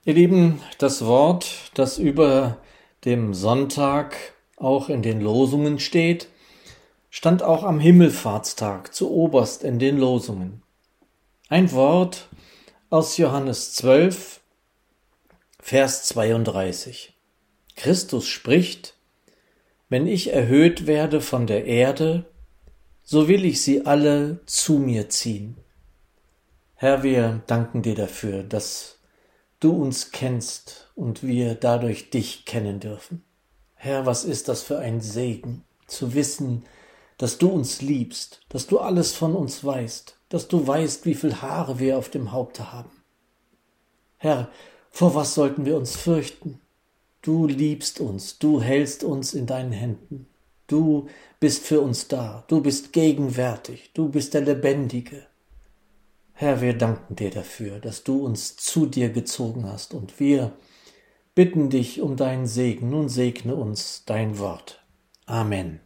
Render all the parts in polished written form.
Ihr Lieben, das Wort, das über dem Sonntag auch in den Losungen steht, stand auch am Himmelfahrtstag zu oberst in den Losungen. Ein Wort aus Johannes 12, Vers 32. Christus spricht: Wenn ich erhöht werde von der Erde, so will ich sie alle zu mir ziehen. Herr, wir danken dir dafür, dass du uns kennst und wir dadurch dich kennen dürfen. Herr, was ist das für ein Segen, zu wissen, dass du uns liebst, dass du alles von uns weißt, dass du weißt, wie viel Haare wir auf dem Haupte haben. Herr, vor was sollten wir uns fürchten? Du liebst uns, du hältst uns in deinen Händen. Du bist für uns da, du bist gegenwärtig, du bist der Lebendige. Herr, wir danken dir dafür, dass du uns zu dir gezogen hast, und wir bitten dich um deinen Segen. Nun segne uns dein Wort. Amen.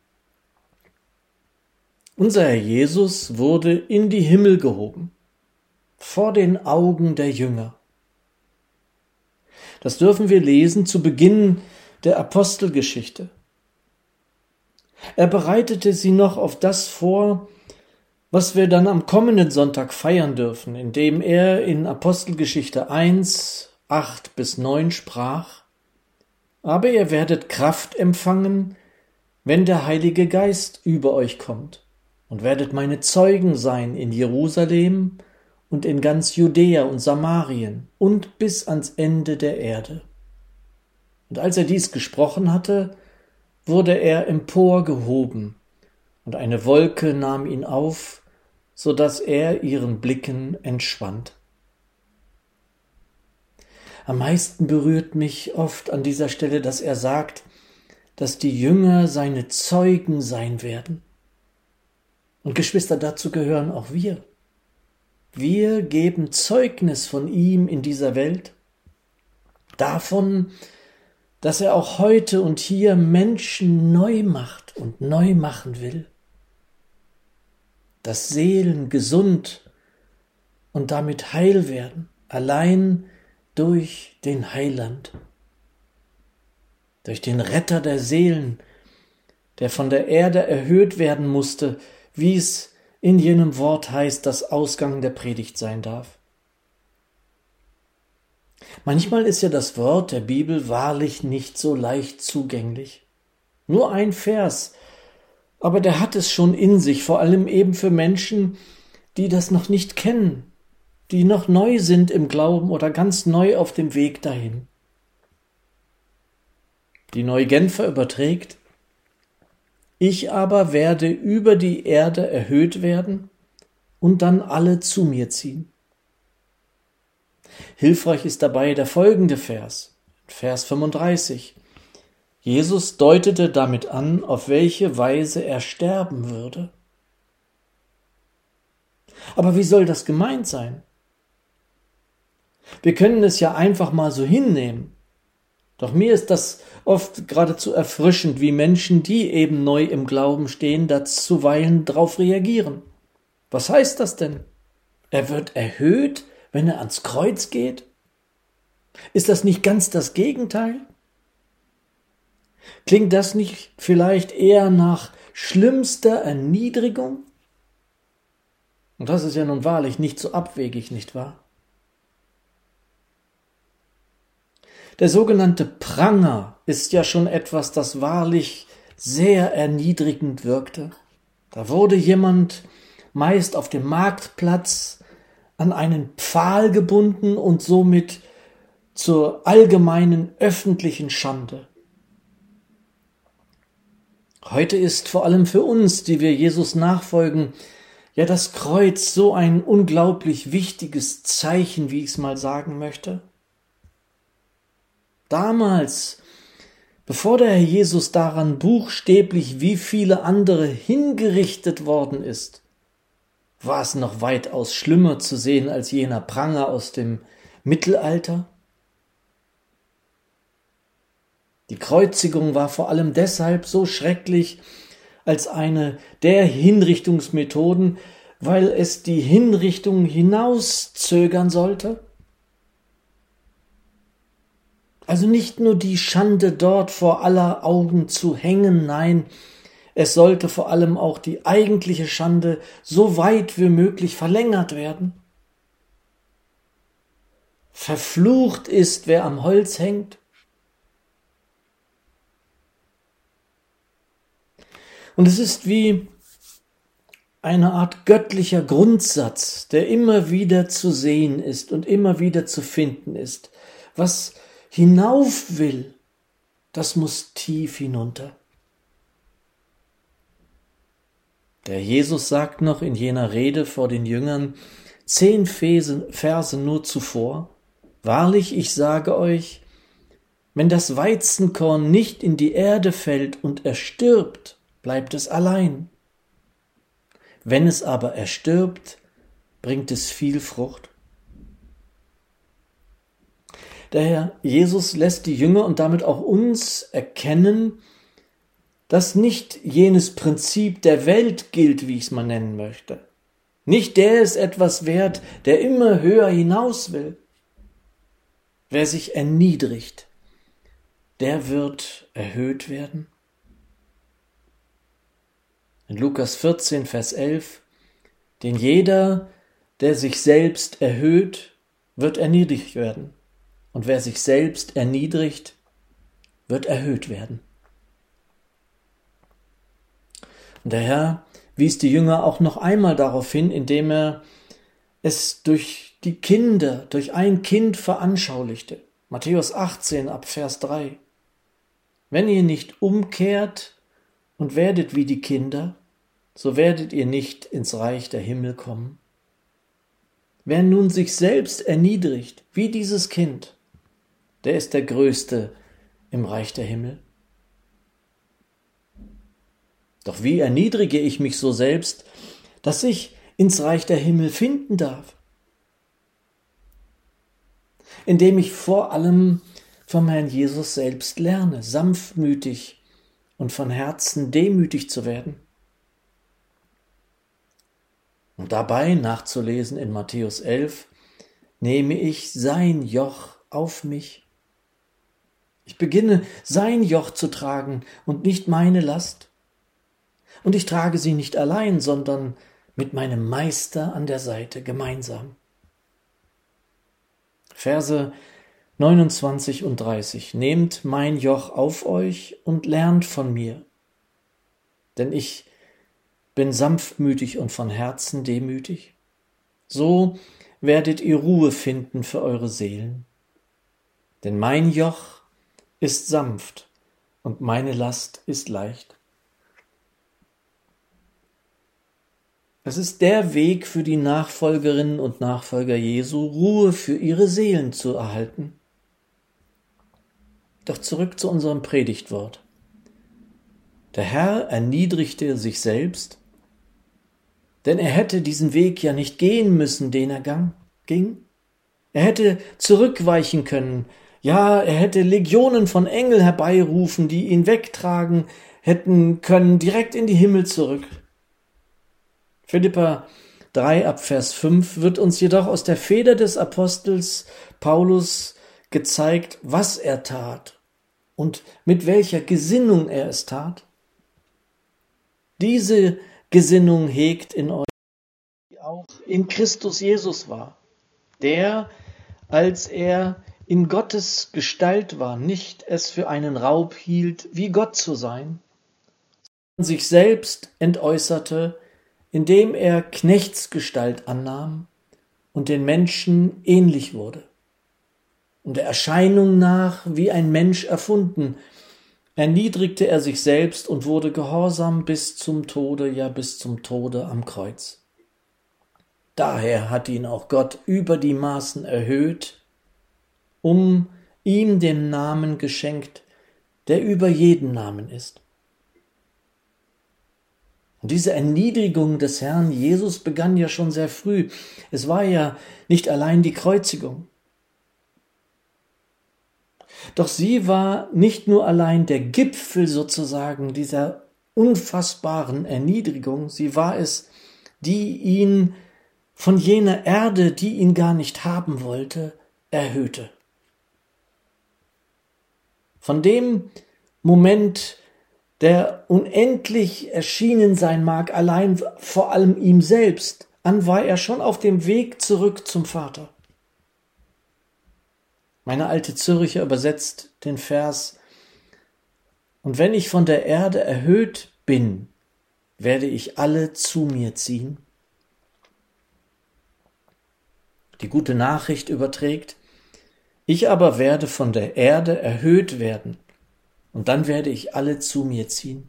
Unser Herr Jesus wurde in die Himmel gehoben, vor den Augen der Jünger. Das dürfen wir lesen zu Beginn der Apostelgeschichte. Er bereitete sie noch auf das vor, was wir dann am kommenden Sonntag feiern dürfen, indem er in Apostelgeschichte 1, 8-9 sprach: Aber ihr werdet Kraft empfangen, wenn der Heilige Geist über euch kommt, und werdet meine Zeugen sein in Jerusalem und in ganz Judäa und Samarien und bis ans Ende der Erde. Und als er dies gesprochen hatte, wurde er emporgehoben, und eine Wolke nahm ihn auf, so dass er ihren Blicken entschwand. Am meisten berührt mich oft an dieser Stelle, dass er sagt, dass die Jünger seine Zeugen sein werden. Und Geschwister, dazu gehören auch wir. Wir geben Zeugnis von ihm in dieser Welt, davon, dass er auch heute und hier Menschen neu macht und neu machen will, dass Seelen gesund und damit heil werden, allein durch den Heiland, durch den Retter der Seelen, der von der Erde erhöht werden musste, wie es in jenem Wort heißt, das Ausgang der Predigt sein darf. Manchmal ist ja das Wort der Bibel wahrlich nicht so leicht zugänglich. Nur ein Vers, aber der hat es schon in sich, vor allem eben für Menschen, die das noch nicht kennen, die noch neu sind im Glauben oder ganz neu auf dem Weg dahin. Die Neue Genfer überträgt: Ich aber werde über die Erde erhöht werden und dann alle zu mir ziehen. Hilfreich ist dabei der folgende Vers, Vers 35. Jesus deutete damit an, auf welche Weise er sterben würde. Aber wie soll das gemeint sein? Wir können es ja einfach mal so hinnehmen. Doch mir ist das oft geradezu erfrischend, wie Menschen, die eben neu im Glauben stehen, da zuweilen drauf reagieren. Was heißt das denn? Er wird erhöht, wenn er ans Kreuz geht? Ist das nicht ganz das Gegenteil? Klingt das nicht vielleicht eher nach schlimmster Erniedrigung? Und das ist ja nun wahrlich nicht so abwegig, nicht wahr? Der sogenannte Pranger ist ja schon etwas, das wahrlich sehr erniedrigend wirkte. Da wurde jemand meist auf dem Marktplatz an einen Pfahl gebunden und somit zur allgemeinen öffentlichen Schande. Heute ist vor allem für uns, die wir Jesus nachfolgen, ja das Kreuz so ein unglaublich wichtiges Zeichen, wie ich es mal sagen möchte. Damals, bevor der Herr Jesus daran buchstäblich wie viele andere hingerichtet worden ist, war es noch weitaus schlimmer zu sehen als jener Pranger aus dem Mittelalter. Die Kreuzigung war vor allem deshalb so schrecklich als eine der Hinrichtungsmethoden, weil es die Hinrichtung hinauszögern sollte Also nicht nur die Schande dort vor aller Augen zu hängen, nein, es sollte vor allem auch die eigentliche Schande so weit wie möglich verlängert werden. Verflucht ist, wer am Holz hängt. Und es ist wie eine Art göttlicher Grundsatz, der immer wieder zu sehen ist und immer wieder zu finden ist. Was hinauf will, das muss tief hinunter. Der Jesus sagt noch in jener Rede vor den Jüngern 10 Verse nur zuvor: Wahrlich, ich sage euch, wenn das Weizenkorn nicht in die Erde fällt und erstirbt, bleibt es allein. Wenn es aber erstirbt, bringt es viel Frucht. Daher, Jesus lässt die Jünger und damit auch uns erkennen, dass nicht jenes Prinzip der Welt gilt, wie ich es mal nennen möchte. Nicht der ist etwas wert, der immer höher hinaus will. Wer sich erniedrigt, der wird erhöht werden. In Lukas 14, Vers 11, denn jeder, der sich selbst erhöht, wird erniedrigt werden. Und wer sich selbst erniedrigt, wird erhöht werden. Und der Herr wies die Jünger auch noch einmal darauf hin, indem er es durch die Kinder, durch ein Kind veranschaulichte. Matthäus 18 ab Vers 3. Wenn ihr nicht umkehrt und werdet wie die Kinder, so werdet ihr nicht ins Reich der Himmel kommen. Wer nun sich selbst erniedrigt, wie dieses Kind, der ist der Größte im Reich der Himmel. Doch wie erniedrige ich mich so selbst, dass ich ins Reich der Himmel finden darf? Indem ich vor allem vom Herrn Jesus selbst lerne, sanftmütig und von Herzen demütig zu werden. Und dabei nachzulesen in Matthäus 11, nehme ich sein Joch auf mich. Ich beginne sein Joch zu tragen und nicht meine Last. Und ich trage sie nicht allein, sondern mit meinem Meister an der Seite gemeinsam. Verse 29 und 30. Nehmt mein Joch auf euch und lernt von mir, denn ich bin sanftmütig und von Herzen demütig. So werdet ihr Ruhe finden für eure Seelen. Denn mein Joch ist sanft und meine Last ist leicht. Es ist der Weg für die Nachfolgerinnen und Nachfolger Jesu, Ruhe für ihre Seelen zu erhalten. Doch zurück zu unserem Predigtwort. Der Herr erniedrigte sich selbst, denn er hätte diesen Weg ja nicht gehen müssen, den er ging. Er hätte zurückweichen können. Ja, er hätte Legionen von Engeln herbeirufen, die ihn wegtragen hätten können, direkt in die Himmel zurück. Philipper 3 ab Vers 5 wird uns jedoch aus der Feder des Apostels Paulus gezeigt, was er tat und mit welcher Gesinnung er es tat. Diese Gesinnung hegt in euch, die auch in Christus Jesus war, der, als er in Gottes Gestalt war, nicht es für einen Raub hielt, wie Gott zu sein, sondern sich selbst entäußerte, indem er Knechtsgestalt annahm und den Menschen ähnlich wurde. Und der Erscheinung nach wie ein Mensch erfunden, erniedrigte er sich selbst und wurde gehorsam bis zum Tode, ja bis zum Tode am Kreuz. Daher hat ihn auch Gott über die Maßen erhöht, um ihm den Namen geschenkt, der über jeden Namen ist. Und diese Erniedrigung des Herrn Jesus begann ja schon sehr früh. Es war ja nicht allein die Kreuzigung. Doch sie war nicht nur allein der Gipfel sozusagen dieser unfassbaren Erniedrigung, sie war es, die ihn von jener Erde, die ihn gar nicht haben wollte, erhöhte. Von dem Moment, der unendlich erschienen sein mag, allein vor allem ihm selbst, an war er schon auf dem Weg zurück zum Vater. Meine alte Zürcher übersetzt den Vers: Und wenn ich von der Erde erhöht bin, werde ich alle zu mir ziehen. Die gute Nachricht überträgt: Ich aber werde von der Erde erhöht werden, und dann werde ich alle zu mir ziehen.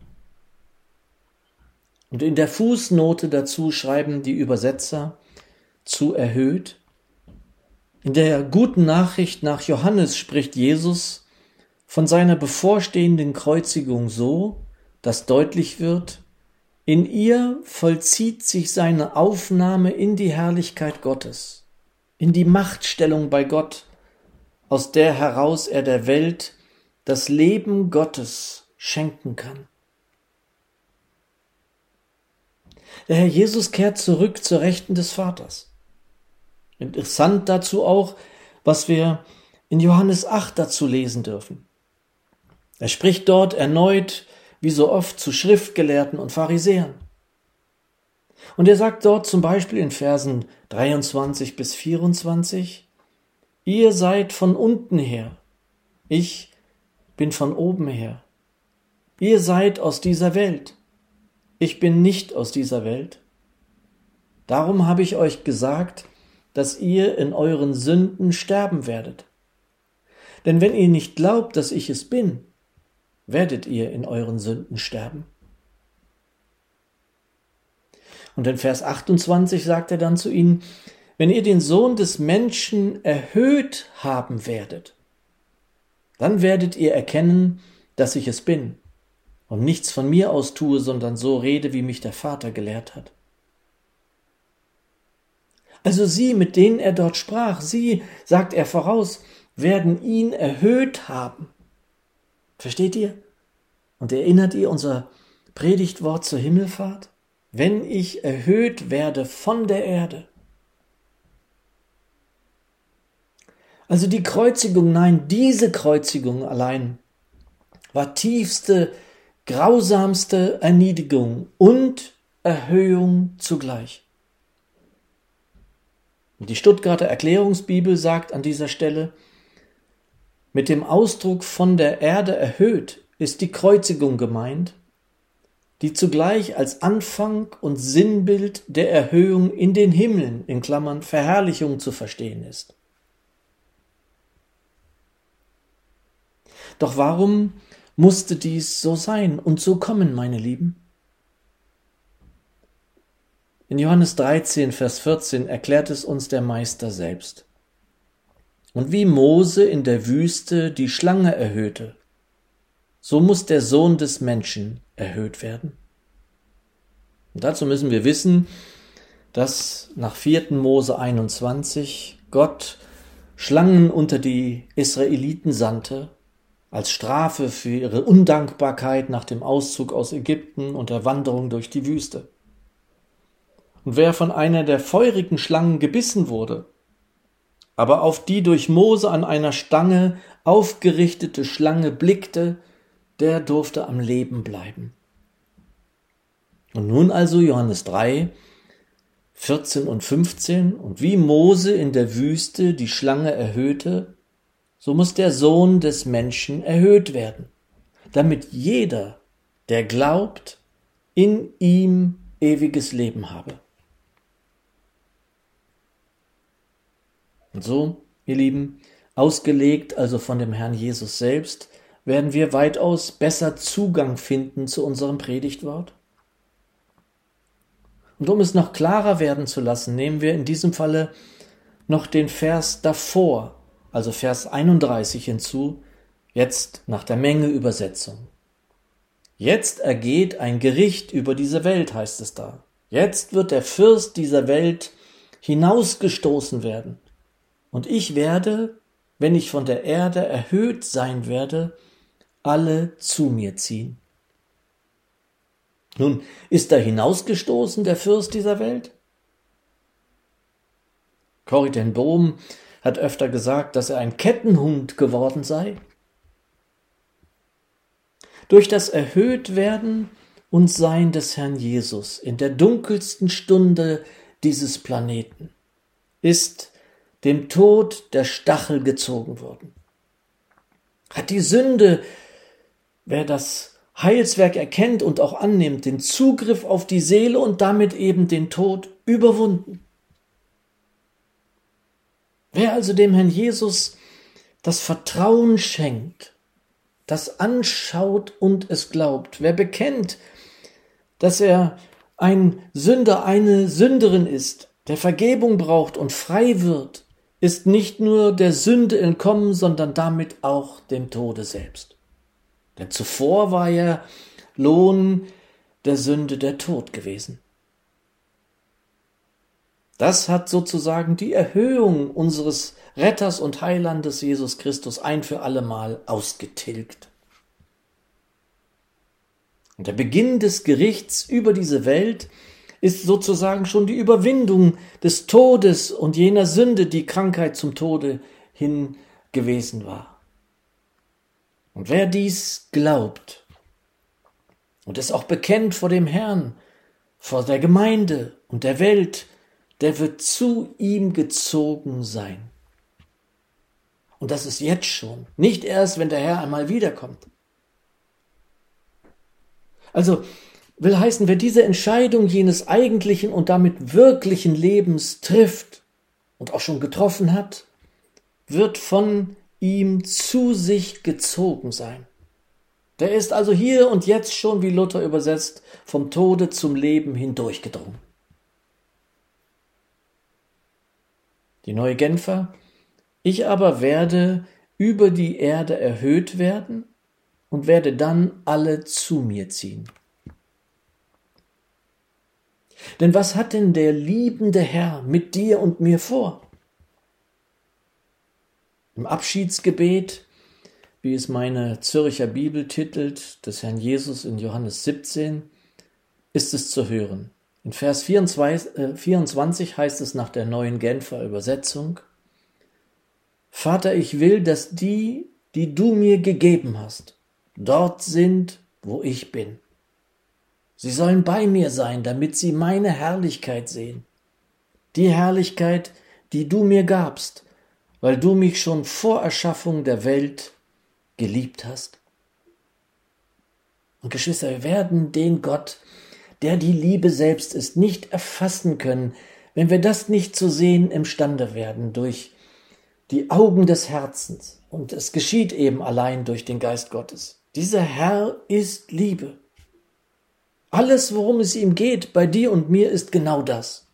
Und in der Fußnote dazu schreiben die Übersetzer: zu erhöht. In der guten Nachricht nach Johannes spricht Jesus von seiner bevorstehenden Kreuzigung so, dass deutlich wird: In ihr vollzieht sich seine Aufnahme in die Herrlichkeit Gottes, in die Machtstellung bei Gott, aus der heraus er der Welt das Leben Gottes schenken kann. Der Herr Jesus kehrt zurück zur Rechten des Vaters. Interessant dazu auch, was wir in Johannes 8 dazu lesen dürfen. Er spricht dort erneut, wie so oft, zu Schriftgelehrten und Pharisäern. Und er sagt dort zum Beispiel in Versen 23 bis 24, Ihr seid von unten her, ich bin von oben her. Ihr seid aus dieser Welt, ich bin nicht aus dieser Welt. Darum habe ich euch gesagt, dass ihr in euren Sünden sterben werdet. Denn wenn ihr nicht glaubt, dass ich es bin, werdet ihr in euren Sünden sterben. Und in Vers 28 sagt er dann zu ihnen: Wenn ihr den Sohn des Menschen erhöht haben werdet, dann werdet ihr erkennen, dass ich es bin und nichts von mir aus tue, sondern so rede, wie mich der Vater gelehrt hat. Also sie, mit denen er dort sprach, sie, sagt er voraus, werden ihn erhöht haben. Versteht ihr? Und erinnert ihr unser Predigtwort zur Himmelfahrt? Wenn ich erhöht werde von der Erde. Also die Kreuzigung, nein, diese Kreuzigung allein war tiefste, grausamste Erniedrigung und Erhöhung zugleich. Die Stuttgarter Erklärungsbibel sagt an dieser Stelle: Mit dem Ausdruck von der Erde erhöht ist die Kreuzigung gemeint, die zugleich als Anfang und Sinnbild der Erhöhung in den Himmeln, in Klammern Verherrlichung, zu verstehen ist. Doch warum musste dies so sein und so kommen, meine Lieben? In Johannes 13, Vers 14 erklärt es uns der Meister selbst. Und wie Mose in der Wüste die Schlange erhöhte, so muss der Sohn des Menschen erhöht werden. Und dazu müssen wir wissen, dass nach 4. Mose 21 Gott Schlangen unter die Israeliten sandte, als Strafe für ihre Undankbarkeit nach dem Auszug aus Ägypten und der Wanderung durch die Wüste. Und wer von einer der feurigen Schlangen gebissen wurde, aber auf die durch Mose an einer Stange aufgerichtete Schlange blickte, der durfte am Leben bleiben. Und nun also Johannes 3, 14 und 15, und wie Mose in der Wüste die Schlange erhöhte, so muss der Sohn des Menschen erhöht werden, damit jeder, der glaubt, in ihm ewiges Leben habe. Und so, ihr Lieben, ausgelegt also von dem Herrn Jesus selbst, werden wir weitaus besser Zugang finden zu unserem Predigtwort. Und um es noch klarer werden zu lassen, nehmen wir in diesem Falle noch den Vers davor, also Vers 31 hinzu, jetzt nach der Menge-Übersetzung. Jetzt ergeht ein Gericht über diese Welt, heißt es da. Jetzt wird der Fürst dieser Welt hinausgestoßen werden. Und ich werde, wenn ich von der Erde erhöht sein werde, alle zu mir ziehen. Nun, ist er hinausgestoßen, der Fürst dieser Welt? Corrie ten Boom hat öfter gesagt, dass er ein Kettenhund geworden sei. Durch das Erhöhtwerden und Sein des Herrn Jesus in der dunkelsten Stunde dieses Planeten ist dem Tod der Stachel gezogen worden. Hat die Sünde, wer das Heilswerk erkennt und auch annimmt, den Zugriff auf die Seele und damit eben den Tod überwunden. Wer also dem Herrn Jesus das Vertrauen schenkt, das anschaut und es glaubt, wer bekennt, dass er ein Sünder, eine Sünderin ist, der Vergebung braucht und frei wird, ist nicht nur der Sünde entkommen, sondern damit auch dem Tode selbst. Denn zuvor war ja Lohn der Sünde der Tod gewesen. Das hat sozusagen die Erhöhung unseres Retters und Heilandes Jesus Christus ein für allemal ausgetilgt. Und der Beginn des Gerichts über diese Welt ist sozusagen schon die Überwindung des Todes und jener Sünde, die Krankheit zum Tode hin gewesen war. Und wer dies glaubt und es auch bekennt vor dem Herrn, vor der Gemeinde und der Welt, der wird zu ihm gezogen sein. Und das ist jetzt schon, nicht erst, wenn der Herr einmal wiederkommt. Also will heißen, wer diese Entscheidung jenes eigentlichen und damit wirklichen Lebens trifft und auch schon getroffen hat, wird von ihm zu sich gezogen sein. Der ist also hier und jetzt schon, wie Luther übersetzt, vom Tode zum Leben hindurchgedrungen. Die Neue Genfer: Ich aber werde über die Erde erhöht werden und werde dann alle zu mir ziehen. Denn was hat denn der liebende Herr mit dir und mir vor? Im Abschiedsgebet, wie es meine Zürcher Bibel titelt, des Herrn Jesus in Johannes 17, ist es zu hören. In Vers 24 heißt es nach der Neuen Genfer Übersetzung: Vater, ich will, dass die du mir gegeben hast, dort sind, wo ich bin. Sie sollen bei mir sein, damit sie meine Herrlichkeit sehen. Die Herrlichkeit, die du mir gabst, weil du mich schon vor Erschaffung der Welt geliebt hast. Und Geschwister, wir werden den Gott, der die Liebe selbst ist, nicht erfassen können, wenn wir das nicht zu sehen imstande werden durch die Augen des Herzens. Und es geschieht eben allein durch den Geist Gottes. Dieser Herr ist Liebe. Alles, worum es ihm geht, bei dir und mir, ist genau das.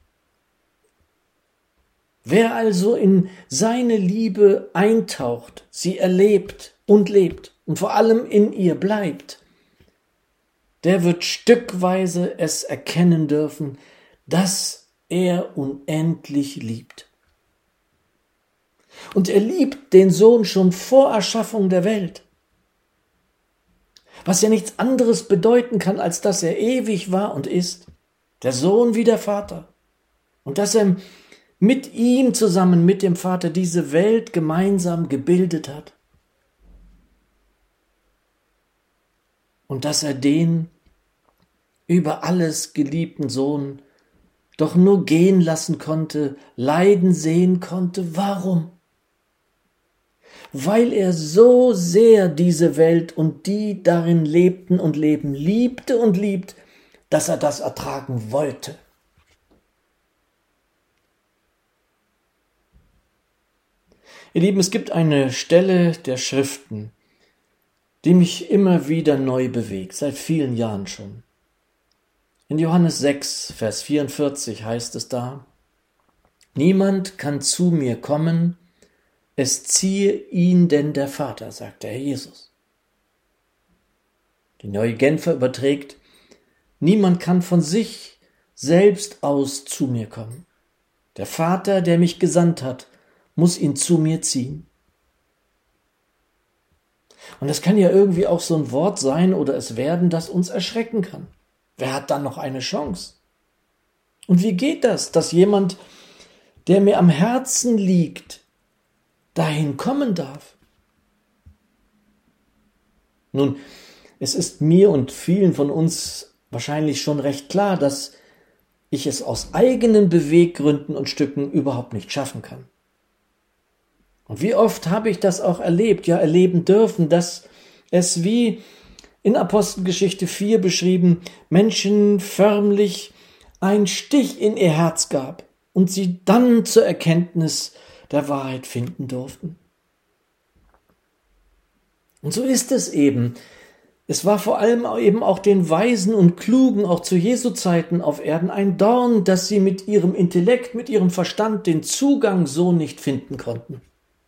Wer also in seine Liebe eintaucht, sie erlebt und lebt und vor allem in ihr bleibt, der wird stückweise es erkennen dürfen, dass er unendlich liebt. Und er liebt den Sohn schon vor Erschaffung der Welt. Was ja nichts anderes bedeuten kann, als dass er ewig war und ist, der Sohn wie der Vater. Und dass er mit ihm zusammen, mit dem Vater, diese Welt gemeinsam gebildet hat. Und dass er den über alles geliebten Sohn doch nur gehen lassen konnte, leiden sehen konnte. Warum? Weil er so sehr diese Welt und die darin lebten und leben liebte und liebt, dass er das ertragen wollte. Ihr Lieben, es gibt eine Stelle der Schriften, die mich immer wieder neu bewegt, seit vielen Jahren schon. In Johannes 6, Vers 44 heißt es da: Niemand kann zu mir kommen, es ziehe ihn denn der Vater, sagt der Herr Jesus. Die Neue Genfer überträgt: Niemand kann von sich selbst aus zu mir kommen. Der Vater, der mich gesandt hat, muss ihn zu mir ziehen. Und das kann ja irgendwie auch so ein Wort sein oder es werden, das uns erschrecken kann. Wer hat dann noch eine Chance? Und wie geht das, dass jemand, der mir am Herzen liegt, dahin kommen darf? Nun, Es ist mir und vielen von uns wahrscheinlich schon recht klar, dass ich es aus eigenen Beweggründen und Stücken überhaupt nicht schaffen kann. Und wie oft habe ich das auch erlebt, ja erleben dürfen, dass es wie in Apostelgeschichte 4 beschrieben, Menschen förmlich einen Stich in ihr Herz gab und sie dann zur Erkenntnis der Wahrheit finden durften. Und so ist es eben. Es war vor allem eben auch den Weisen und Klugen, auch zu Jesu Zeiten auf Erden, ein Dorn, dass sie mit ihrem Intellekt, mit ihrem Verstand den Zugang so nicht finden konnten.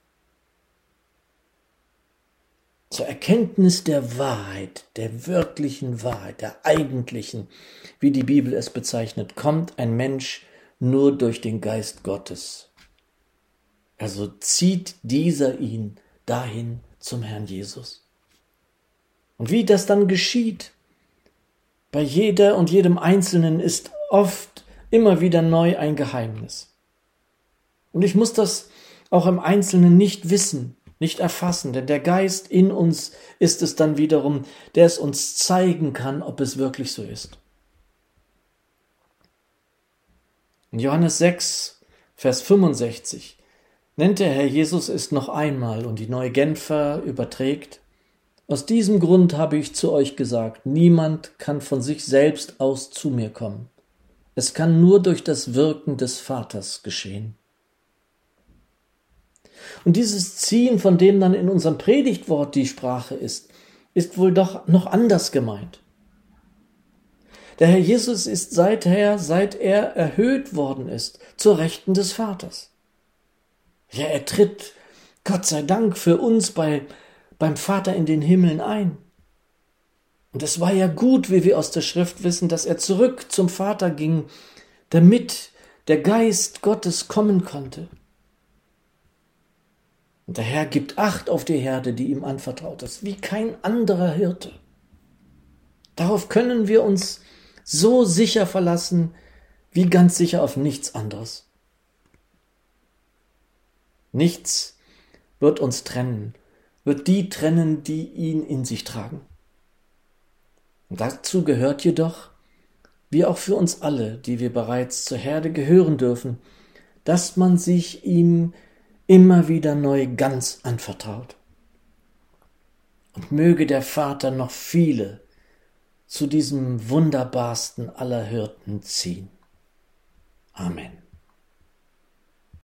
Zur Erkenntnis der Wahrheit, der wirklichen Wahrheit, der eigentlichen, wie die Bibel es bezeichnet, kommt ein Mensch nur durch den Geist Gottes. Also zieht dieser ihn dahin zum Herrn Jesus. Und wie das dann geschieht, bei jeder und jedem Einzelnen ist oft immer wieder neu ein Geheimnis. Und ich muss das auch im Einzelnen nicht wissen, nicht erfassen, denn der Geist in uns ist es dann wiederum, der es uns zeigen kann, ob es wirklich so ist. In Johannes 6, Vers 65 nennt der Herr Jesus es noch einmal und die Neue Genfer überträgt: Aus diesem Grund habe ich zu euch gesagt, niemand kann von sich selbst aus zu mir kommen. Es kann nur durch das Wirken des Vaters geschehen. Und dieses Ziehen, von dem dann in unserem Predigtwort die Sprache ist wohl doch noch anders gemeint. Der Herr Jesus ist seit er erhöht worden ist, zur Rechten des Vaters. Ja, er tritt, Gott sei Dank, für uns beim Vater in den Himmeln ein. Und es war ja gut, wie wir aus der Schrift wissen, dass er zurück zum Vater ging, damit der Geist Gottes kommen konnte. Und der Herr gibt Acht auf die Herde, die ihm anvertraut ist, wie kein anderer Hirte. Darauf können wir uns so sicher verlassen, wie ganz sicher auf nichts anderes. Nichts wird uns trennen, wird die trennen, die ihn in sich tragen. Und dazu gehört jedoch, wie auch für uns alle, die wir bereits zur Herde gehören dürfen, dass man sich ihm immer wieder neu ganz anvertraut. Und möge der Vater noch viele zu diesem wunderbarsten aller Hirten ziehen. Amen.